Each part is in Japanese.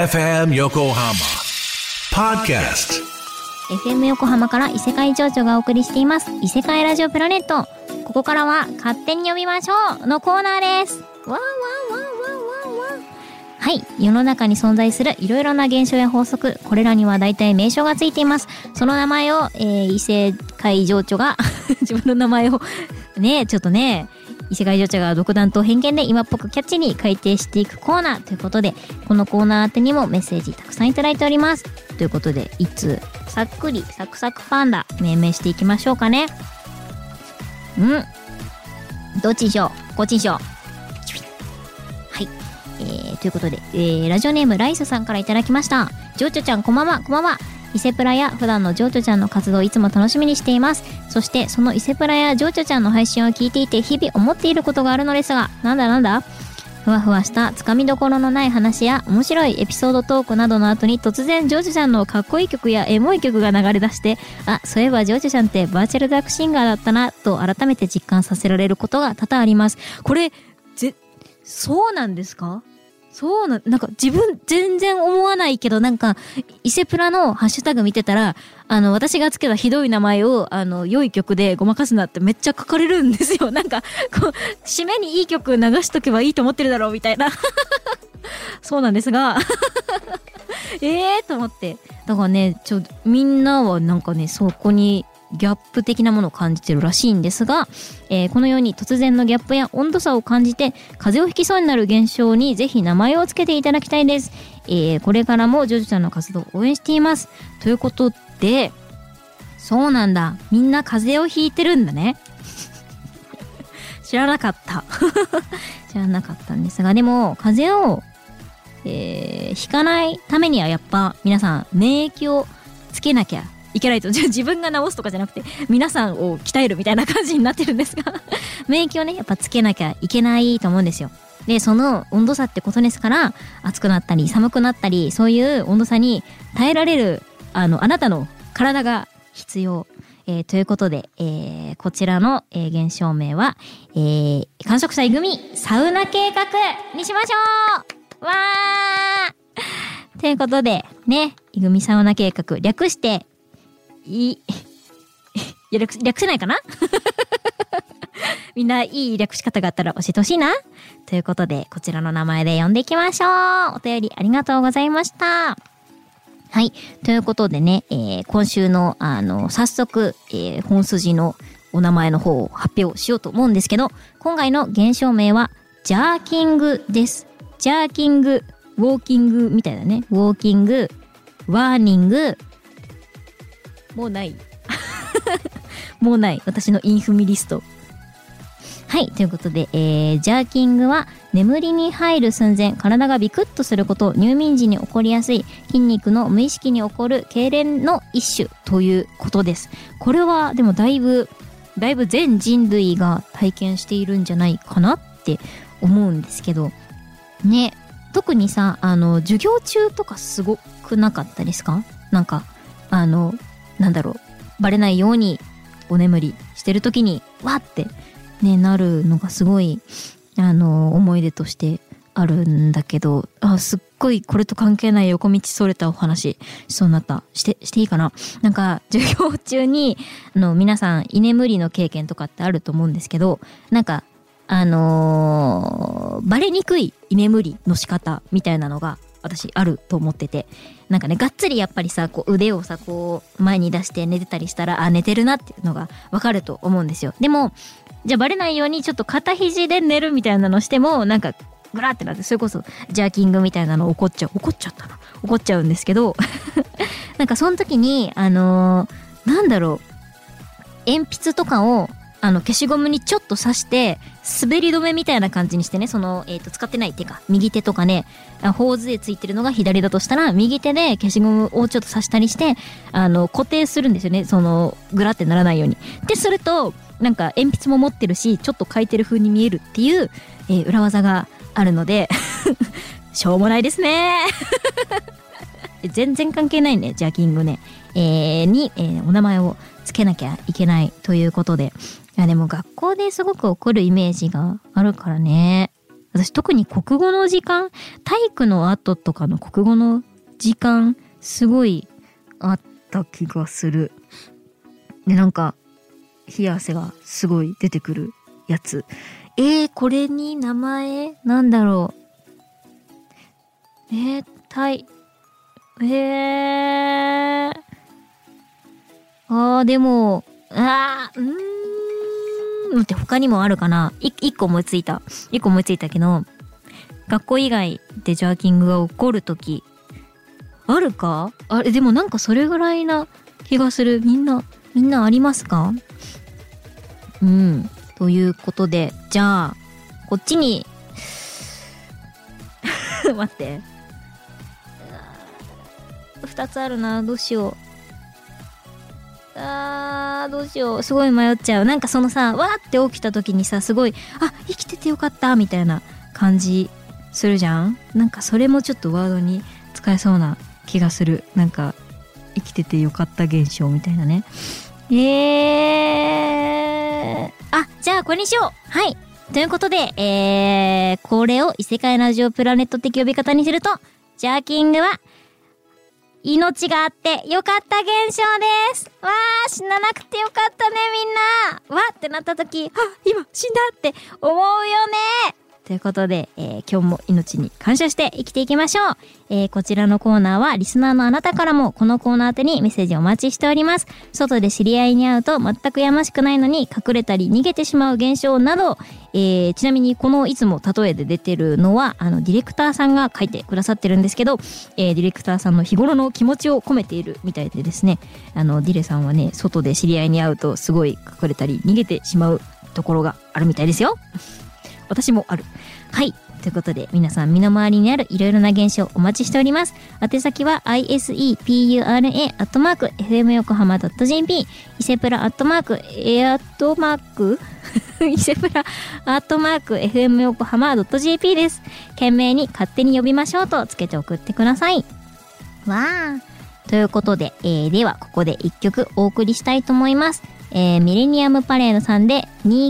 FM 横浜 Podcast FM 横浜から異世界情緒がお送りしています異世界ラジオプラネット。ここからは勝手に読みましょうのコーナーです。わーわーわーわーわーわー。はい、世の中に存在するいろいろな現象や法則、これらには大体名称がついています。その名前を、異世界情緒が自分の名前をね、ちょっとね、異世界情緒が独断と偏見で今っぽくキャッチに改定していくコーナーということで、このコーナー宛てにもメッセージたくさんいただいております。ということで、いつさっくりサクサクパンダ命名していきましょうかね。どっちにしよう、こっちにしよう。はい、ということで、ラジオネームライスさんからいただきました。情緒ちゃんこんばんは。こんばんは。伊勢プラや普段の情緒ちゃんの活動をいつも楽しみにしています。そしてその伊勢プラや情緒ちゃんの配信を聞いていて日々思っていることがあるのですが、なんだふわふわしたつかみどころのない話や面白いエピソードトークなどの後に突然情緒ちゃんのかっこいい曲やエモい曲が流れ出して、あ、そういえば情緒ちゃんってバーチャルダークシンガーだったなと改めて実感させられることが多々あります。これそうなんですか？なんか自分全然思わないけど、なんか伊勢プラのハッシュタグ見てたら、私がつけたひどい名前を良い曲でごまかすなってめっちゃ書かれるんですよ。なんかこう締めにいい曲流しとけばいいと思ってるだろうみたいなそうなんですがと思って、だからね、みんなはなんかね、そこにギャップ的なものを感じてるらしいんですが、このように突然のギャップや温度差を感じて風邪をひきそうになる現象にぜひ名前をつけていただきたいです。これからもジョジョちゃんの活動を応援していますということで、そうなんだ、みんな風邪をひいてるんだね知らなかった知らなかったんですが、でも風邪を、ひかないためにはやっぱ皆さん免疫をつけなきゃいけないと。自分が治すとかじゃなくて皆さんを鍛えるみたいな感じになってるんですが免疫をね、やっぱつけなきゃいけないと思うんですよ。で、その温度差ってことですから、暑くなったり寒くなったり、そういう温度差に耐えられるあなたの体が必要、ということで、こちらの、現象名は、観測者いぐみサウナ計画にしましょう。わーということでね、いぐみサウナ計画、略して略せないかなみんないい略し方があったら教えてほしいな。ということで、こちらの名前で呼んでいきましょう。お便りありがとうございました。はい。ということでね、今週の早速、本筋のお名前の方を発表しようと思うんですけど、今回の現象名はジャーキングです。ジャーキング、ウォーキングみたいだね。ウォーキング、ワーニング、もうないもうない私のインフミリスト。はい、ということで、ジャーキングは眠りに入る寸前体がビクッとすること、入眠時に起こりやすい筋肉の無意識に起こる痙攣の一種ということです。これはでもだいぶ全人類が体験しているんじゃないかなって思うんですけどね。特にさ、授業中とかすごくなかったですか？なんかなんだろう、バレないようにお眠りしてる時にわってねなるのがすごい思い出としてあるんだけど、すっごいこれと関係ない横道それたお話しそうになった。していいかな。なんか授業中に皆さん居眠りの経験とかってあると思うんですけど、なんかバレにくい居眠りの仕方みたいなのが私あると思ってて、なんかね、がっつりやっぱりさ、こう腕をさこう前に出して寝てたりしたら、寝てるなっていうのがわかると思うんですよ。でもじゃあバレないようにちょっと片肘で寝るみたいなのしても、なんかグラってなって、それこそジャーキングみたいなの怒っちゃうんですけどなんかその時になんだろう、鉛筆とかを消しゴムにちょっと刺して滑り止めみたいな感じにしてね、その、使ってない手か右手とかね、頬杖ついてるのが左だとしたら右手で消しゴムをちょっと刺したりして固定するんですよね、そのグラってならないように。でするとなんか鉛筆も持ってるしちょっと書いてる風に見えるっていう、裏技があるのでしょうもないですね全然関係ないね、ジャーキングね、お名前をつけなきゃいけないということで、いやでも学校ですごく怒るイメージがあるからね。 私特に国語の時間、体育の後とかの国語の時間すごいあった気がする。でなんか冷や汗がすごい出てくるやつ。これに名前なんだろう。でもって他にもあるかな。一個思いついたけど、学校以外でジャーキングが起こるときあるか？でもなんかそれぐらいな気がする。みんなありますか？ということで、じゃあこっちに待って、2つあるな。どうしよう。すごい迷っちゃう。なんかそのさ、わーって起きた時にさ、すごい生きててよかったみたいな感じするじゃん。なんかそれもちょっとワードに使えそうな気がする。なんか生きててよかった現象みたいなね。じゃあこれにしよう。はい、ということで、これを異世界ラジオプラネット的呼び方にすると、ジャーキングは命があってよかった現象です。わー、死ななくてよかったねみんな。わーってなった時、今死んだって思うよね。ということで、今日も命に感謝して生きていきましょう。こちらのコーナーはリスナーのあなたからもこのコーナー宛てにメッセージをお待ちしております。外で知り合いに会うと全くやましくないのに隠れたり逃げてしまう現象など、ちなみにこのいつも例えで出てるのはディレクターさんが書いてくださってるんですけど、ディレクターさんの日頃の気持ちを込めているみたいでですね、ディレさんはね、外で知り合いに会うとすごい隠れたり逃げてしまうところがあるみたいですよ。私もある。はい。ということで、皆さん身の回りにあるいろいろな現象お待ちしております。宛先は isepura@fmyokohama.jp 伊勢プラ@fmyokohama.jp です。懸命に勝手に呼びましょうとつけて送ってください。わー。ということで、ではここで一曲お送りしたいと思います。ミレニアムパレードさんで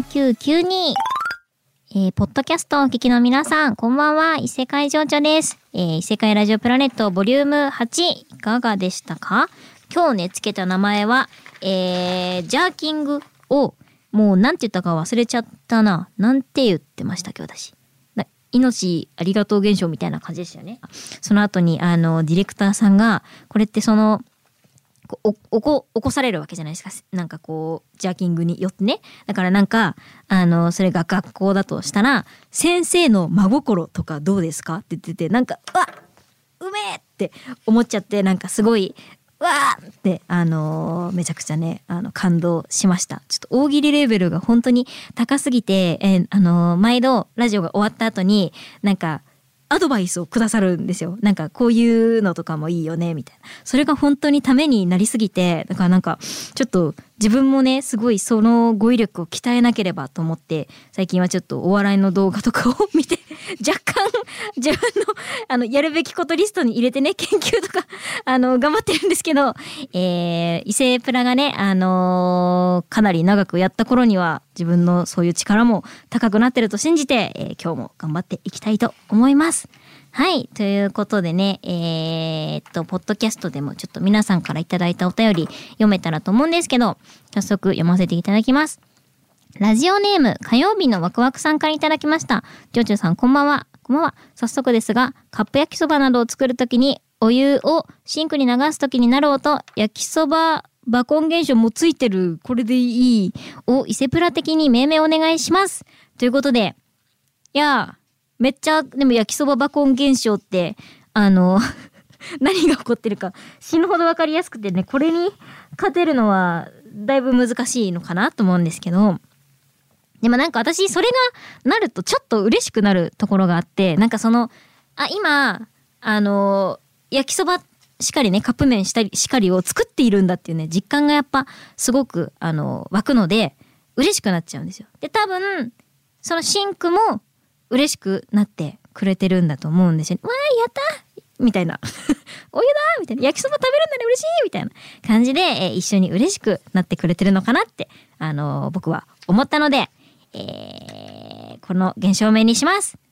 2992。ポッドキャストをお聞きの皆さん、こんばんは、異世界情緒です。異世界ラジオプラネットボリューム8、いかがでしたか？今日ね、つけた名前は、ジャーキングを、もうなんて言ったか忘れちゃったな。なんて言ってましたっけ、私。命ありがとう現象みたいな感じでしたよね。その後に、ディレクターさんが、これって起こされるわけじゃないですか。なんかこうジャーキングによってね。だからなんかそれが学校だとしたら、先生の真心とかどうですかって言ってて、なんかうめえって思っちゃって、なんかすごいわーってめちゃくちゃね感動しました。ちょっと大喜利レベルが本当に高すぎて、毎度ラジオが終わった後になんかアドバイスをくださるんですよ。なんかこういうのとかもいいよねみたいな。それが本当にためになりすぎて、だからなんかちょっと自分もね、すごいその語彙力を鍛えなければと思って、最近はちょっとお笑いの動画とかを見て若干自分のやるべきことリストに入れてね、研究とか頑張ってるんですけど、異性プラがねかなり長くやった頃には自分のそういう力も高くなってると信じて、今日も頑張っていきたいと思います。はい。ということでね、ポッドキャストでもちょっと皆さんからいただいたお便り読めたらと思うんですけど、早速読ませていただきます。ラジオネーム、火曜日のワクワクさんからいただきました。ジョジョさん、こんばんは。こんばんは。早速ですが、カップ焼きそばなどを作るときに、お湯をシンクに流すときになる音、焼きそばバコン現象もついてる。これでいい。を伊勢プラ的に命名お願いします。ということで、いやー、めっちゃ、でも焼きそばバコン現象って、何が起こってるか死ぬほどわかりやすくてね、これに勝てるのはだいぶ難しいのかなと思うんですけど、でもなんか私それがなるとちょっと嬉しくなるところがあって、なんか今焼きそばしかりね、カップ麺しかりを作っているんだっていうね、実感がやっぱすごく湧くので嬉しくなっちゃうんですよ。で、多分そのシンクも嬉しくなってくれてるんだと思うんですよ。わー、やったみたいなお湯だみたいな、焼きそば食べるんだね、嬉しいみたいな感じで、一緒に嬉しくなってくれてるのかなって僕は思ったので、この現象名にします。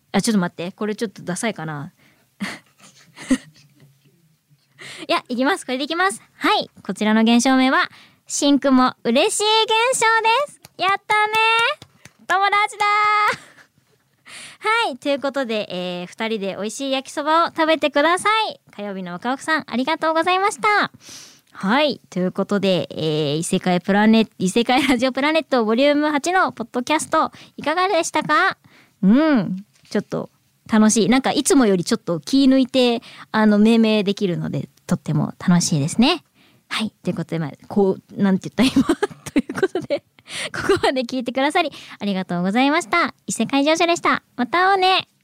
あ、ちょっと待って。これちょっとダサいかな。いや、いきます。これでいきます。はい。こちらの現象名は、シンクも嬉しい現象です。やったね。友達だはい。ということで、2人で美味しい焼きそばを食べてください。火曜日の若奥さん、ありがとうございました。はい。ということで、異世界ラジオプラネットボリューム8のポッドキャスト、いかがでしたか？ちょっと楽しい。なんかいつもよりちょっと気抜いて、命名できるので、とっても楽しいですね。はい。ということで、なんて言った今ということで、ここまで聞いてくださり、ありがとうございました。異世界情緒でした。また会おうね。